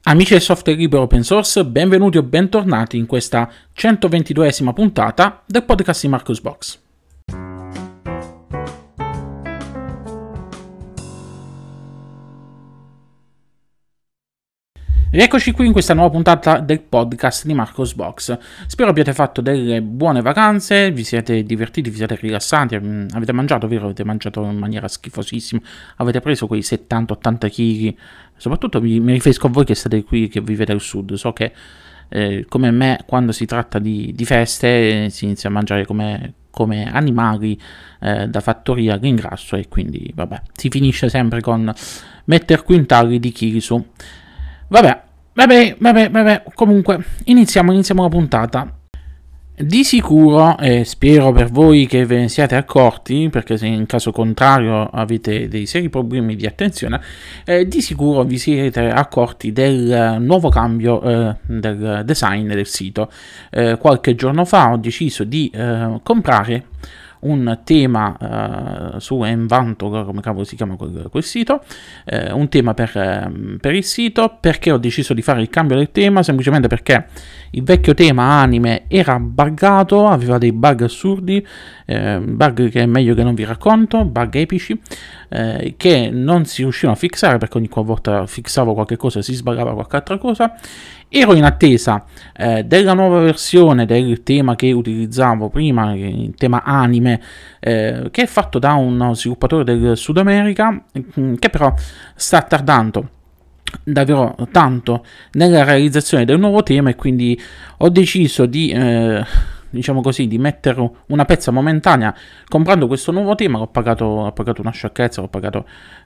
Amici del software libero open source, benvenuti o bentornati in questa 122esima puntata del podcast di Marcusbox. Rieccoci qui in questa nuova puntata del podcast di Marcusbox. Spero abbiate fatto delle buone vacanze, vi siete divertiti, vi siete rilassati, avete mangiato, vero? Avete mangiato in maniera schifosissima, avete preso quei 70-80 kg. Soprattutto mi riferisco a voi che state qui, che vivete al sud. So che come me, quando si tratta di feste, si inizia a mangiare come animali da fattoria all'ingrasso, e quindi vabbè, si finisce sempre con metter quintali di chili su. Vabbè, comunque iniziamo la puntata. Di sicuro, spero per voi che ve ne siate accorti, perché se in caso contrario avete dei seri problemi di attenzione, di sicuro vi siete accorti del nuovo cambio del design del sito. Qualche giorno fa ho deciso di comprare un tema su Envanto, come cavolo si chiama quel sito, un tema per il sito. Perché ho deciso di fare il cambio del tema? Semplicemente perché il vecchio tema anime era buggato, aveva dei bug assurdi, bug che è meglio che non vi racconto, bug epici, che non si riuscivano a fixare, perché ogni volta fissavo qualche cosa si sbagliava qualche altra cosa. Ero in attesa della nuova versione del tema che utilizzavo prima, il tema anime, che è fatto da uno sviluppatore del Sud America, che però sta tardando davvero tanto nella realizzazione del nuovo tema, e quindi ho deciso di diciamo così, di mettere una pezza momentanea comprando questo nuovo tema. Ho pagato una sciocchezza, ho pagato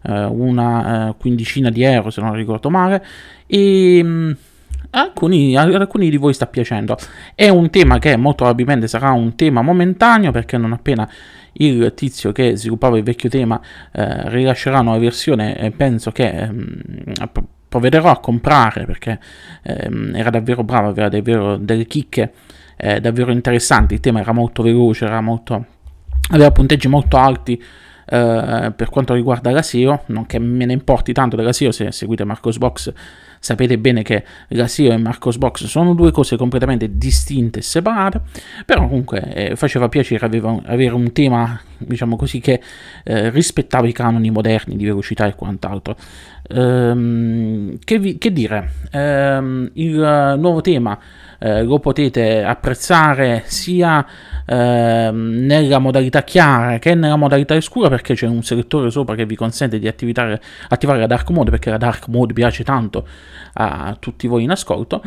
una quindicina di euro, se non ricordo male, e alcuni di voi sta piacendo. È un tema che molto probabilmente sarà un tema momentaneo, perché non appena il tizio che sviluppava il vecchio tema rilascerà una nuova versione, penso che provvederò a comprare, perché era davvero bravo, aveva davvero delle chicche davvero interessanti. Il tema era molto veloce, aveva punteggi molto alti. Per quanto riguarda la SEO, non che me ne importi tanto della SEO, se seguite Marcusbox sapete bene che la SEO e Marcusbox sono due cose completamente distinte e separate, però comunque faceva piacere avere un tema, diciamo così, che rispettava i canoni moderni di velocità e quant'altro. Che dire, il nuovo tema lo potete apprezzare sia nella modalità chiara che nella modalità scura, perché c'è un selettore sopra che vi consente di attivare la dark mode, perché la dark mode piace tanto a tutti voi in ascolto.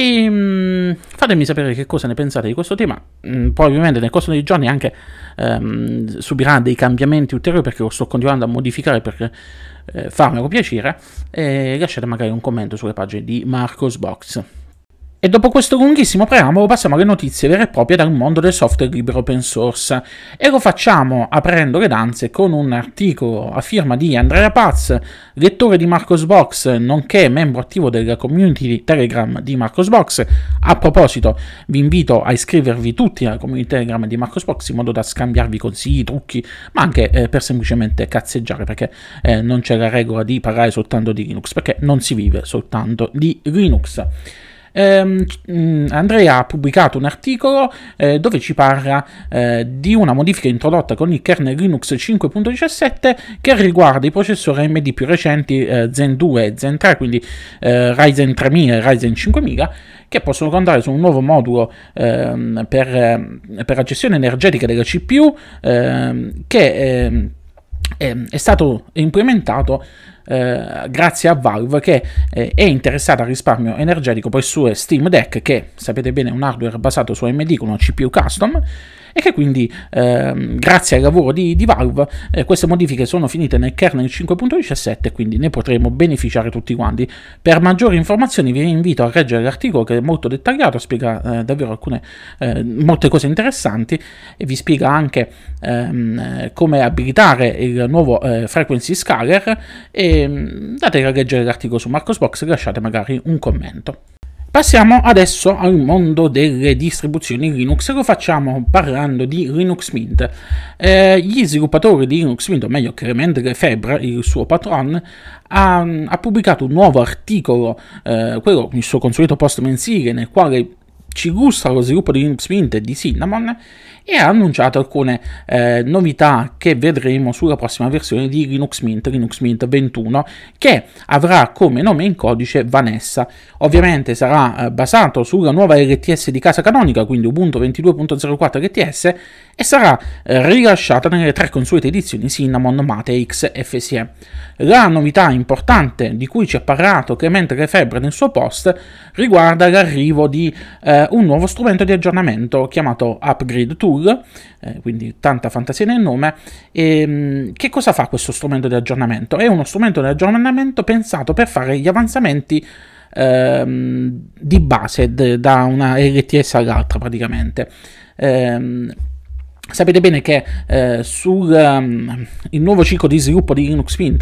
E fatemi sapere che cosa ne pensate di questo tema. Probabilmente nel corso dei giorni anche subirà dei cambiamenti ulteriori, perché lo sto continuando a modificare per farmelo piacere, e lasciate magari un commento sulle pagine di Marcusbox. E dopo questo lunghissimo preambolo passiamo alle notizie vere e proprie dal mondo del software libero open source, e lo facciamo aprendo le danze con un articolo a firma di Andrea Paz, lettore di Marcusbox nonché membro attivo della community di Telegram di Marcusbox. A proposito, vi invito a iscrivervi tutti alla community Telegram di Marcusbox, in modo da scambiarvi consigli, trucchi, ma anche per semplicemente cazzeggiare, perché non c'è la regola di parlare soltanto di Linux, perché non si vive soltanto di Linux. Andrea ha pubblicato un articolo dove ci parla di una modifica introdotta con il kernel Linux 5.17 che riguarda i processori AMD più recenti Zen 2 e Zen 3, quindi Ryzen 3000 e Ryzen 5000, che possono contare su un nuovo modulo per la gestione energetica della CPU, che è stato implementato grazie a Valve, che è interessata al risparmio energetico per il suo Steam Deck, che sapete bene è un hardware basato su AMD con una CPU custom, e che quindi grazie al lavoro di Valve queste modifiche sono finite nel kernel 5.17, quindi ne potremo beneficiare tutti quanti. Per maggiori informazioni vi invito a leggere l'articolo, che è molto dettagliato, spiega davvero molte cose interessanti, e vi spiega anche come abilitare il nuovo frequency scaler, e date a leggere l'articolo su Marcusbox e lasciate magari un commento. Passiamo adesso al mondo delle distribuzioni Linux e lo facciamo parlando di Linux Mint. Gli sviluppatori di Linux Mint, o meglio Clément Lefebvre, il suo patron, ha pubblicato un nuovo articolo, quello il suo consueto post mensile, nel quale ci illustra lo sviluppo di Linux Mint e di Cinnamon, e ha annunciato alcune novità che vedremo sulla prossima versione di Linux Mint 21, che avrà come nome in codice Vanessa. Ovviamente sarà basato sulla nuova LTS di casa canonica, quindi Ubuntu 22.04 LTS, e sarà rilasciata nelle 3 consuete edizioni Cinnamon, Mate, X e FSE. La novità importante di cui ci ha parlato Clément Lefebvre nel suo post riguarda l'arrivo di un nuovo strumento di aggiornamento chiamato Upgrade Tool, quindi tanta fantasia nel nome. Che cosa fa questo strumento di aggiornamento? È uno strumento di aggiornamento pensato per fare gli avanzamenti di base da una LTS all'altra praticamente. Sapete bene che il nuovo ciclo di sviluppo di Linux Mint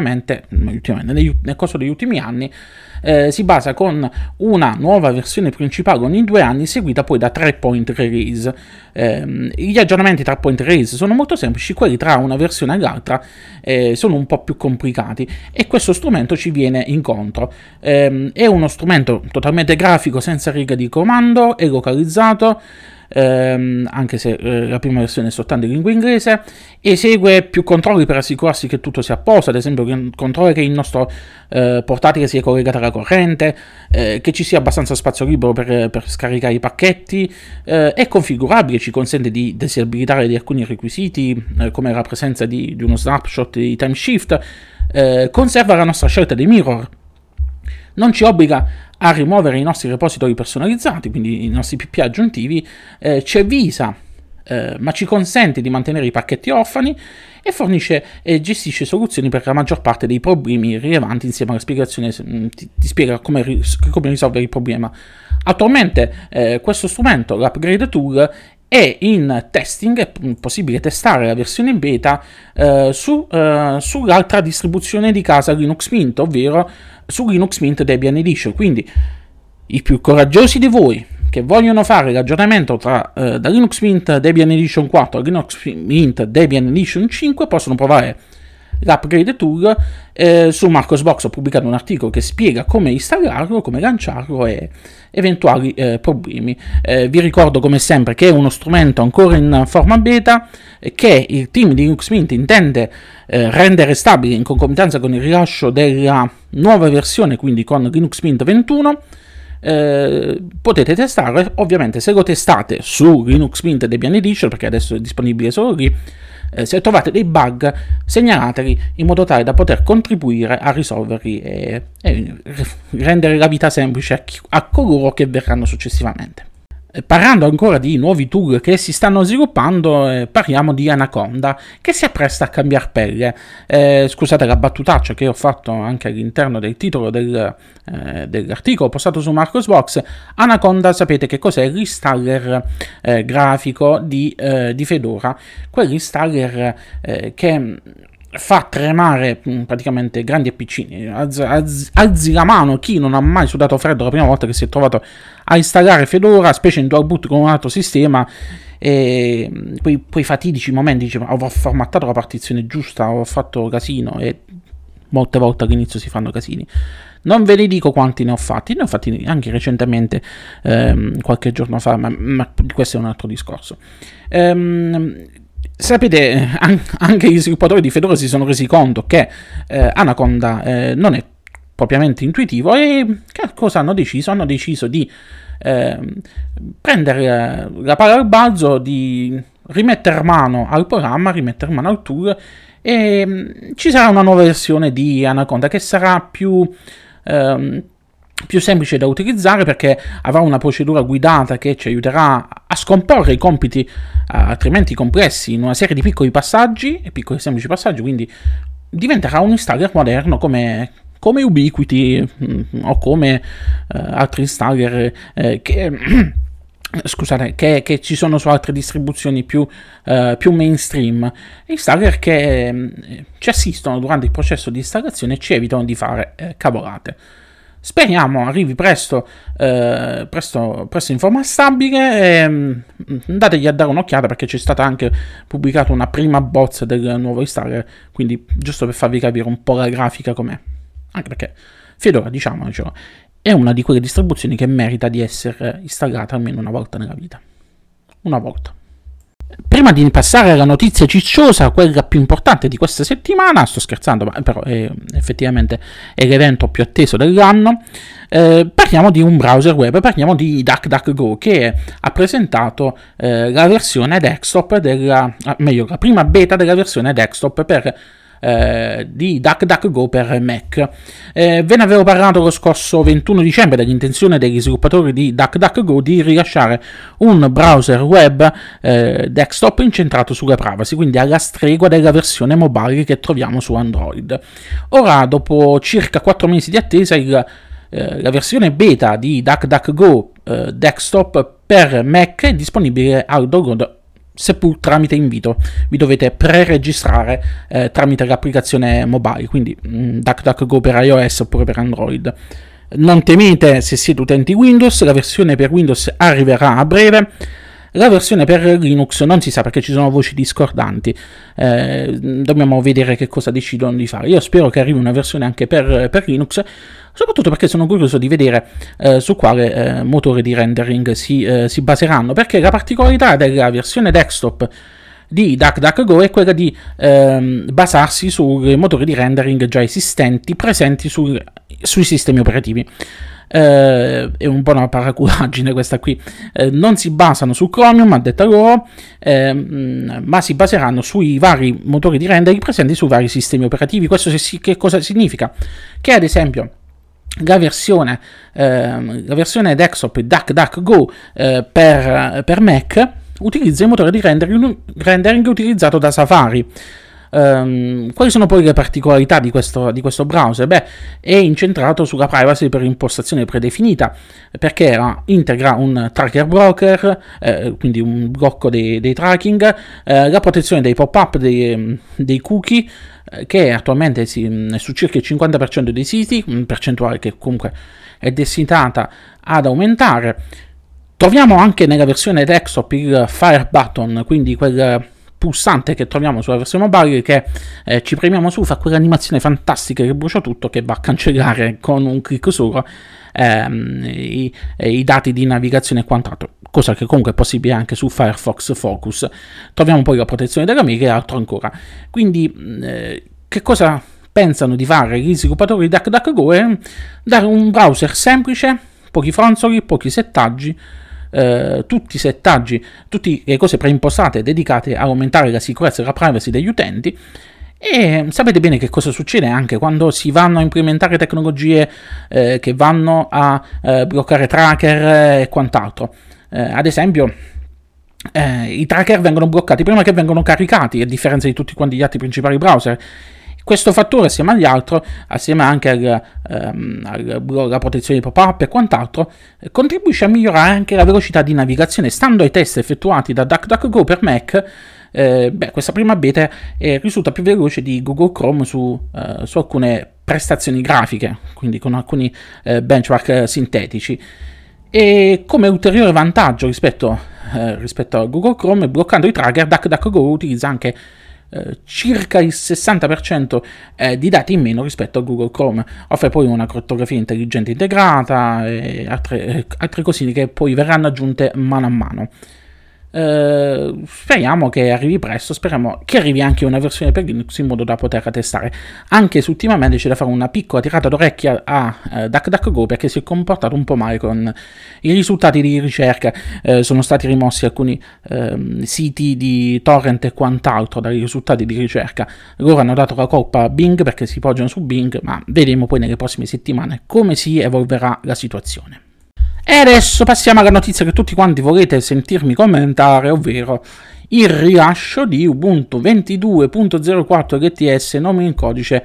nel corso degli ultimi anni si basa con una nuova versione principale ogni 2 anni, seguita poi da 3 point release. Gli aggiornamenti tra point release sono molto semplici, quelli tra una versione all'altra sono un po' più complicati, e questo strumento ci viene incontro. È uno strumento totalmente grafico, senza righe di comando, è localizzato, anche se la prima versione è soltanto in lingua inglese, esegue più controlli per assicurarsi che tutto sia a posto, ad esempio che controlla che il nostro portatile sia collegato alla corrente, che ci sia abbastanza spazio libero per scaricare i pacchetti, è configurabile, ci consente di disabilitare di alcuni requisiti, come la presenza di uno snapshot di time shift, conserva la nostra scelta dei mirror, non ci obbliga a rimuovere i nostri repository personalizzati, quindi i nostri PPA aggiuntivi, ci avvisa ma ci consente di mantenere i pacchetti orfani, e fornisce e gestisce soluzioni per la maggior parte dei problemi rilevanti. Insieme alla spiegazione ti spiega come risolvere il problema. Attualmente questo strumento, l'Upgrade Tool, è in testing, è possibile testare la versione beta sull'altra distribuzione di casa Linux Mint, ovvero su Linux Mint Debian Edition. Quindi i più coraggiosi di voi che vogliono fare l'aggiornamento da Linux Mint Debian Edition 4 a Linux Mint Debian Edition 5 possono provare l'Upgrade Tool. Su Marcosbox ho pubblicato un articolo che spiega come installarlo, come lanciarlo e eventuali problemi. Vi ricordo come sempre che è uno strumento ancora in forma beta, che il team di Linux Mint intende rendere stabile in concomitanza con il rilascio della nuova versione, quindi con Linux Mint 21. Potete testarlo, ovviamente se lo testate su Linux Mint Debian Edition, perché adesso è disponibile solo lì, se trovate dei bug segnalateli in modo tale da poter contribuire a risolverli e rendere la vita semplice a coloro che verranno successivamente. Parlando ancora di nuovi tool che si stanno sviluppando, parliamo di Anaconda, che si appresta a cambiare pelle. Scusate la battutaccia che ho fatto anche all'interno del titolo dell'articolo postato su Marcosbox. Anaconda, sapete che cos'è? L'installer grafico di Fedora, quell'installer che fa tremare praticamente grandi e piccini. Alzi la mano chi non ha mai sudato freddo la prima volta che si è trovato a installare Fedora, specie in dual boot con un altro sistema, e quei fatidici momenti dice: ma ho formattato la partizione giusta, ho fatto casino, e molte volte all'inizio si fanno casini. Non ve ne dico quanti ne ho fatti anche recentemente, qualche giorno fa, ma questo è un altro discorso. Sapete, anche gli sviluppatori di Fedora si sono resi conto che Anaconda non è propriamente intuitivo, e che cosa hanno deciso? Hanno deciso di prendere la palla al balzo, di rimettere mano al programma, rimettere mano al tool, e ci sarà una nuova versione di Anaconda che sarà più semplice da utilizzare, perché avrà una procedura guidata che ci aiuterà a scomporre i compiti altrimenti complessi in una serie di piccoli e semplici passaggi, quindi diventerà un installer moderno come Ubiquiti o come altri installer che ci sono su altre distribuzioni più mainstream, installer che ci assistono durante il processo di installazione e ci evitano di fare cavolate. Speriamo arrivi presto in forma stabile. Andategli a dare un'occhiata, perché c'è stata anche pubblicata una prima bozza del nuovo installer, quindi giusto per farvi capire un po' la grafica com'è. Anche perché Fedora, diciamocelo, è una di quelle distribuzioni che merita di essere installata almeno una volta nella vita. Una volta. Prima di passare alla notizia cicciosa, quella più importante di questa settimana, sto scherzando, ma però effettivamente è l'evento più atteso dell'anno, parliamo di un browser web, parliamo di DuckDuckGo, che ha presentato la versione desktop meglio, la prima beta della versione desktop di DuckDuckGo per Mac. Ve ne avevo parlato lo scorso 21 dicembre dell'intenzione degli sviluppatori di DuckDuckGo di rilasciare un browser web desktop incentrato sulla privacy, quindi alla stregua della versione mobile che troviamo su Android. Ora, dopo circa 4 mesi di attesa, la versione beta di DuckDuckGo desktop per Mac è disponibile al download, seppur tramite invito. Vi dovete pre-registrare tramite l'applicazione mobile, quindi DuckDuckGo per iOS oppure per Android. Non temete se siete utenti Windows, la versione per Windows arriverà a breve. La versione per Linux non si sa, perché ci sono voci discordanti. Dobbiamo vedere che cosa decidono di fare. Io spero che arrivi una versione anche per Linux, soprattutto perché sono curioso di vedere su quale motore di rendering si baseranno, perché la particolarità della versione desktop di DuckDuckGo è quella di basarsi sui motori di rendering già esistenti presenti sui sistemi operativi. È un po' una paraculaggine questa qui. Non si basano su Chromium, a detta loro, ma si baseranno sui vari motori di rendering presenti su vari sistemi operativi. Questo che cosa significa? Che ad esempio la versione desktop DuckDuckGo per Mac utilizza il motore di rendering utilizzato da Safari. Quali sono poi le particolarità di questo browser? Beh, è incentrato sulla privacy per impostazione predefinita, perché integra un tracker broker, quindi un blocco dei tracking, la protezione dei pop-up, dei cookie, che attualmente è su circa il 50% dei siti, una percentuale che comunque è destinata ad aumentare. Troviamo anche nella versione desktop il Fire Button, quindi quel pulsante che troviamo sulla versione mobile, che ci premiamo su, fa quell'animazione fantastica che brucia tutto, che va a cancellare con un clic solo i dati di navigazione e quant'altro, cosa che comunque è possibile anche su Firefox Focus. Troviamo poi la protezione della mail e altro ancora. Quindi che cosa pensano di fare gli sviluppatori di DuckDuckGo? È dare un browser semplice, pochi fronzoli, pochi settaggi, tutte le cose preimpostate dedicate a aumentare la sicurezza e la privacy degli utenti. E sapete bene che cosa succede anche quando si vanno a implementare tecnologie che vanno a bloccare tracker e quant'altro. Ad esempio, i tracker vengono bloccati prima che vengano caricati, a differenza di tutti quanti gli altri principali browser. Questo fattore, assieme agli altri, assieme anche alla protezione di pop-up e quant'altro, contribuisce a migliorare anche la velocità di navigazione. Stando ai test effettuati da DuckDuckGo per Mac, questa prima beta risulta più veloce di Google Chrome su alcune prestazioni grafiche, quindi con alcuni benchmark sintetici. E come ulteriore vantaggio rispetto a Google Chrome, bloccando i tracker, DuckDuckGo utilizza anche circa il 60% di dati in meno rispetto a Google Chrome. Offre poi una crittografia intelligente integrata e altre cosine che poi verranno aggiunte mano a mano. Speriamo che arrivi presto, speriamo che arrivi anche una versione per Linux in modo da poterla testare, anche se ultimamente c'è da fare una piccola tirata d'orecchia a DuckDuckGo, perché si è comportato un po' male con i risultati di ricerca. Sono stati rimossi alcuni siti di torrent e quant'altro dai risultati di ricerca. Loro hanno dato la colpa a Bing perché si poggiano su Bing, ma vedremo poi nelle prossime settimane come si evolverà la situazione. E adesso passiamo alla notizia che tutti quanti volete sentirmi commentare, ovvero il rilascio di Ubuntu 22.04 LTS nome in codice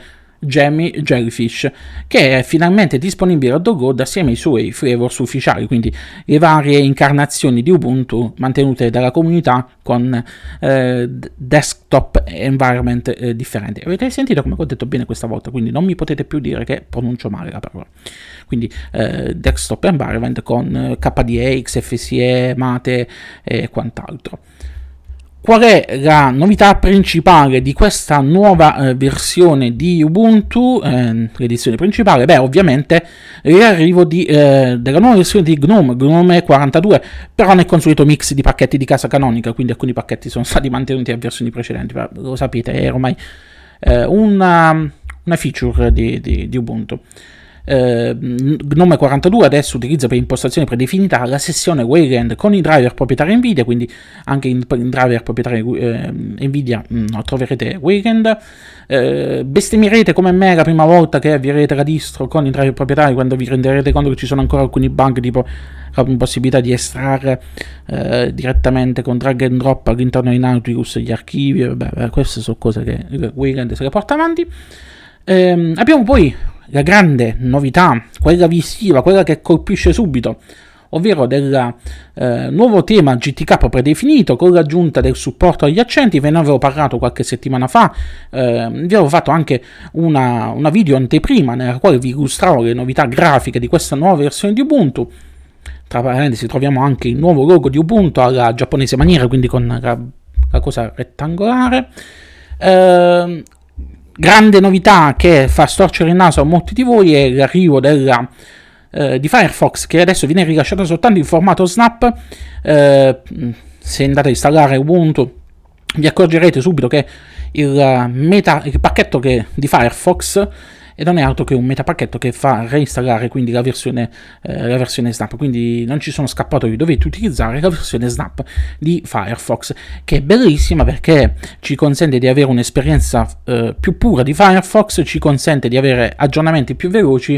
Jammy Jellyfish, che è finalmente disponibile a download assieme ai suoi flavors ufficiali, quindi le varie incarnazioni di Ubuntu mantenute dalla comunità con desktop environment differenti. Avete sentito come ho detto bene questa volta, quindi non mi potete più dire che pronuncio male la parola. Quindi desktop environment con KDE, XFCE, Mate e quant'altro. Qual è la novità principale di questa nuova versione di Ubuntu, l'edizione principale? Beh, ovviamente l'arrivo della nuova versione di GNOME 42, però nel consueto mix di pacchetti di casa canonica, quindi alcuni pacchetti sono stati mantenuti a versioni precedenti, lo sapete, è ormai una feature di Ubuntu. GNOME 42 adesso utilizza per impostazione predefinita la sessione Wayland con i driver proprietari Nvidia, quindi anche in driver proprietari Nvidia troverete Wayland. Bestemmierete come me la prima volta che avvierete la distro con i driver proprietari, quando vi renderete conto che ci sono ancora alcuni bug, tipo la possibilità di estrarre direttamente con drag and drop all'interno di Nautilus gli archivi. Vabbè, queste sono cose che Wayland se le porta avanti. Abbiamo poi la grande novità, quella visiva, quella che colpisce subito, ovvero del nuovo tema GTK predefinito con l'aggiunta del supporto agli accenti. Ve ne avevo parlato qualche settimana fa, vi avevo fatto anche una video anteprima nella quale vi illustravo le novità grafiche di questa nuova versione di Ubuntu. Tra parentesi troviamo anche il nuovo logo di Ubuntu alla giapponese maniera, quindi con la cosa rettangolare. Grande novità che fa storcere il naso a molti di voi è l'arrivo di Firefox, che adesso viene rilasciato soltanto in formato Snap. Se andate a installare Ubuntu vi accorgerete subito che il pacchetto di Firefox non è altro che un metapacchetto che fa reinstallare quindi la versione Snap, quindi non ci sono scappatoie, dovete utilizzare la versione Snap di Firefox, che è bellissima perché ci consente di avere un'esperienza più pura di Firefox, ci consente di avere aggiornamenti più veloci,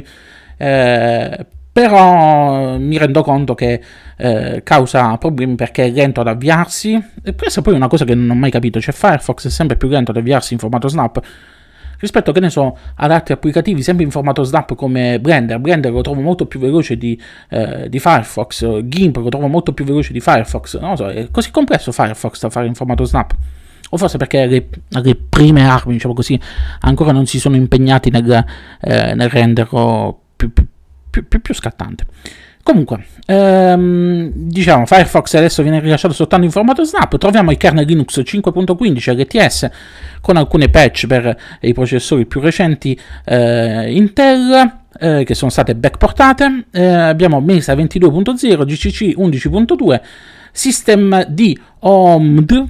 però mi rendo conto che causa problemi perché è lento ad avviarsi. E questa poi è una cosa che non ho mai capito, cioè Firefox è sempre più lento ad avviarsi in formato Snap rispetto, che ne so, ad altri applicativi sempre in formato Snap come Blender lo trovo molto più veloce di Firefox, GIMP lo trovo molto più veloce di Firefox, non lo so, è così complesso Firefox da fare in formato Snap, o forse perché le prime armi, diciamo così, ancora non si sono impegnati nel renderlo più scattante. Comunque, diciamo, Firefox adesso viene rilasciato soltanto in formato Snap. Troviamo il kernel Linux 5.15 LTS con alcune patch per i processori più recenti Intel, che sono state backportate. Abbiamo Mesa 22.0, GCC 11.2, Systemd OOMD,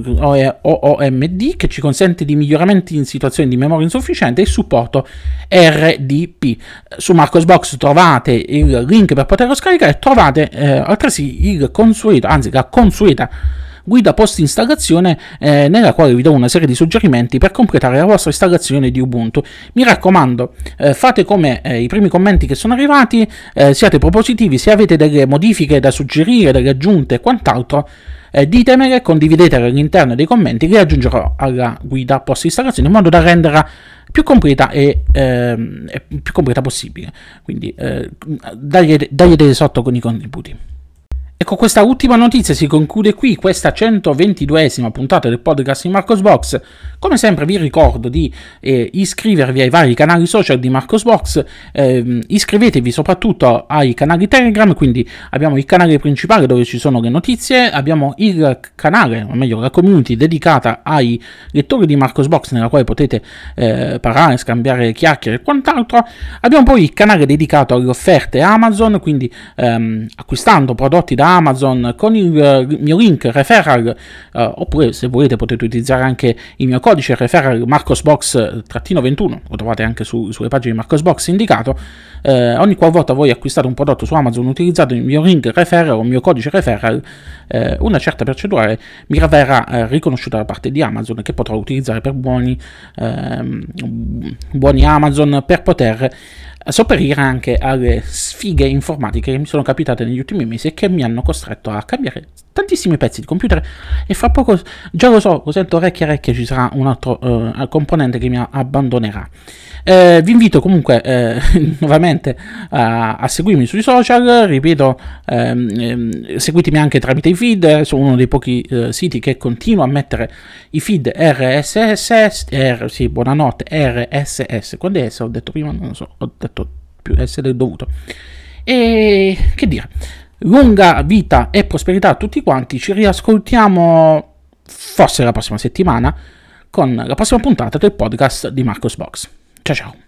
che ci consente di miglioramenti in situazioni di memoria insufficiente, e supporto RDP. Su Marcosbox trovate il link per poterlo scaricare, trovate altresì la consueta guida post installazione, nella quale vi do una serie di suggerimenti per completare la vostra installazione di Ubuntu. Mi raccomando, fate come i primi commenti che sono arrivati, siate propositivi, se avete delle modifiche da suggerire, delle aggiunte e quant'altro, ditemele, condividetele all'interno dei commenti, le aggiungerò alla guida post installazione in modo da renderla più completa e più completa possibile. Quindi dagli sotto con i contributi. Ecco, questa ultima notizia si conclude qui questa 122esima puntata del podcast di Marcosbox. Come sempre vi ricordo di iscrivervi ai vari canali social di Marcosbox, iscrivetevi soprattutto ai canali Telegram, quindi abbiamo il canale principale dove ci sono le notizie, abbiamo il canale, o meglio la community dedicata ai lettori di Marcosbox, nella quale potete parlare, scambiare chiacchiere e quant'altro. Abbiamo poi il canale dedicato alle offerte Amazon, quindi acquistando prodotti da Amazon con il mio link referral, oppure se volete potete utilizzare anche il mio codice referral Marcosbox-21, lo trovate anche sulle pagine di Marcosbox indicato. Ogni qualvolta voi acquistate un prodotto su Amazon utilizzate il mio link referral o il mio codice referral, una certa percentuale mi verrà riconosciuta da parte di Amazon, che potrò utilizzare per buoni Amazon, per poter sopperire anche alle sfighe informatiche che mi sono capitate negli ultimi mesi e che mi hanno costretto a cambiare tantissimi pezzi di computer e fra poco, già lo so, lo sento orecchie, ci sarà un altro componente che mi abbandonerà. Vi invito comunque nuovamente a seguirmi sui social, ripeto, seguitemi anche tramite i feed, sono uno dei pochi siti che continua a mettere i feed RSS, sì, buonanotte, RSS, quando è S? Ho detto prima, non lo so, ho detto più S del dovuto. E che dire, lunga vita e prosperità a tutti quanti, ci riascoltiamo forse la prossima settimana con la prossima puntata del podcast di Marcos Box. Ciao ciao.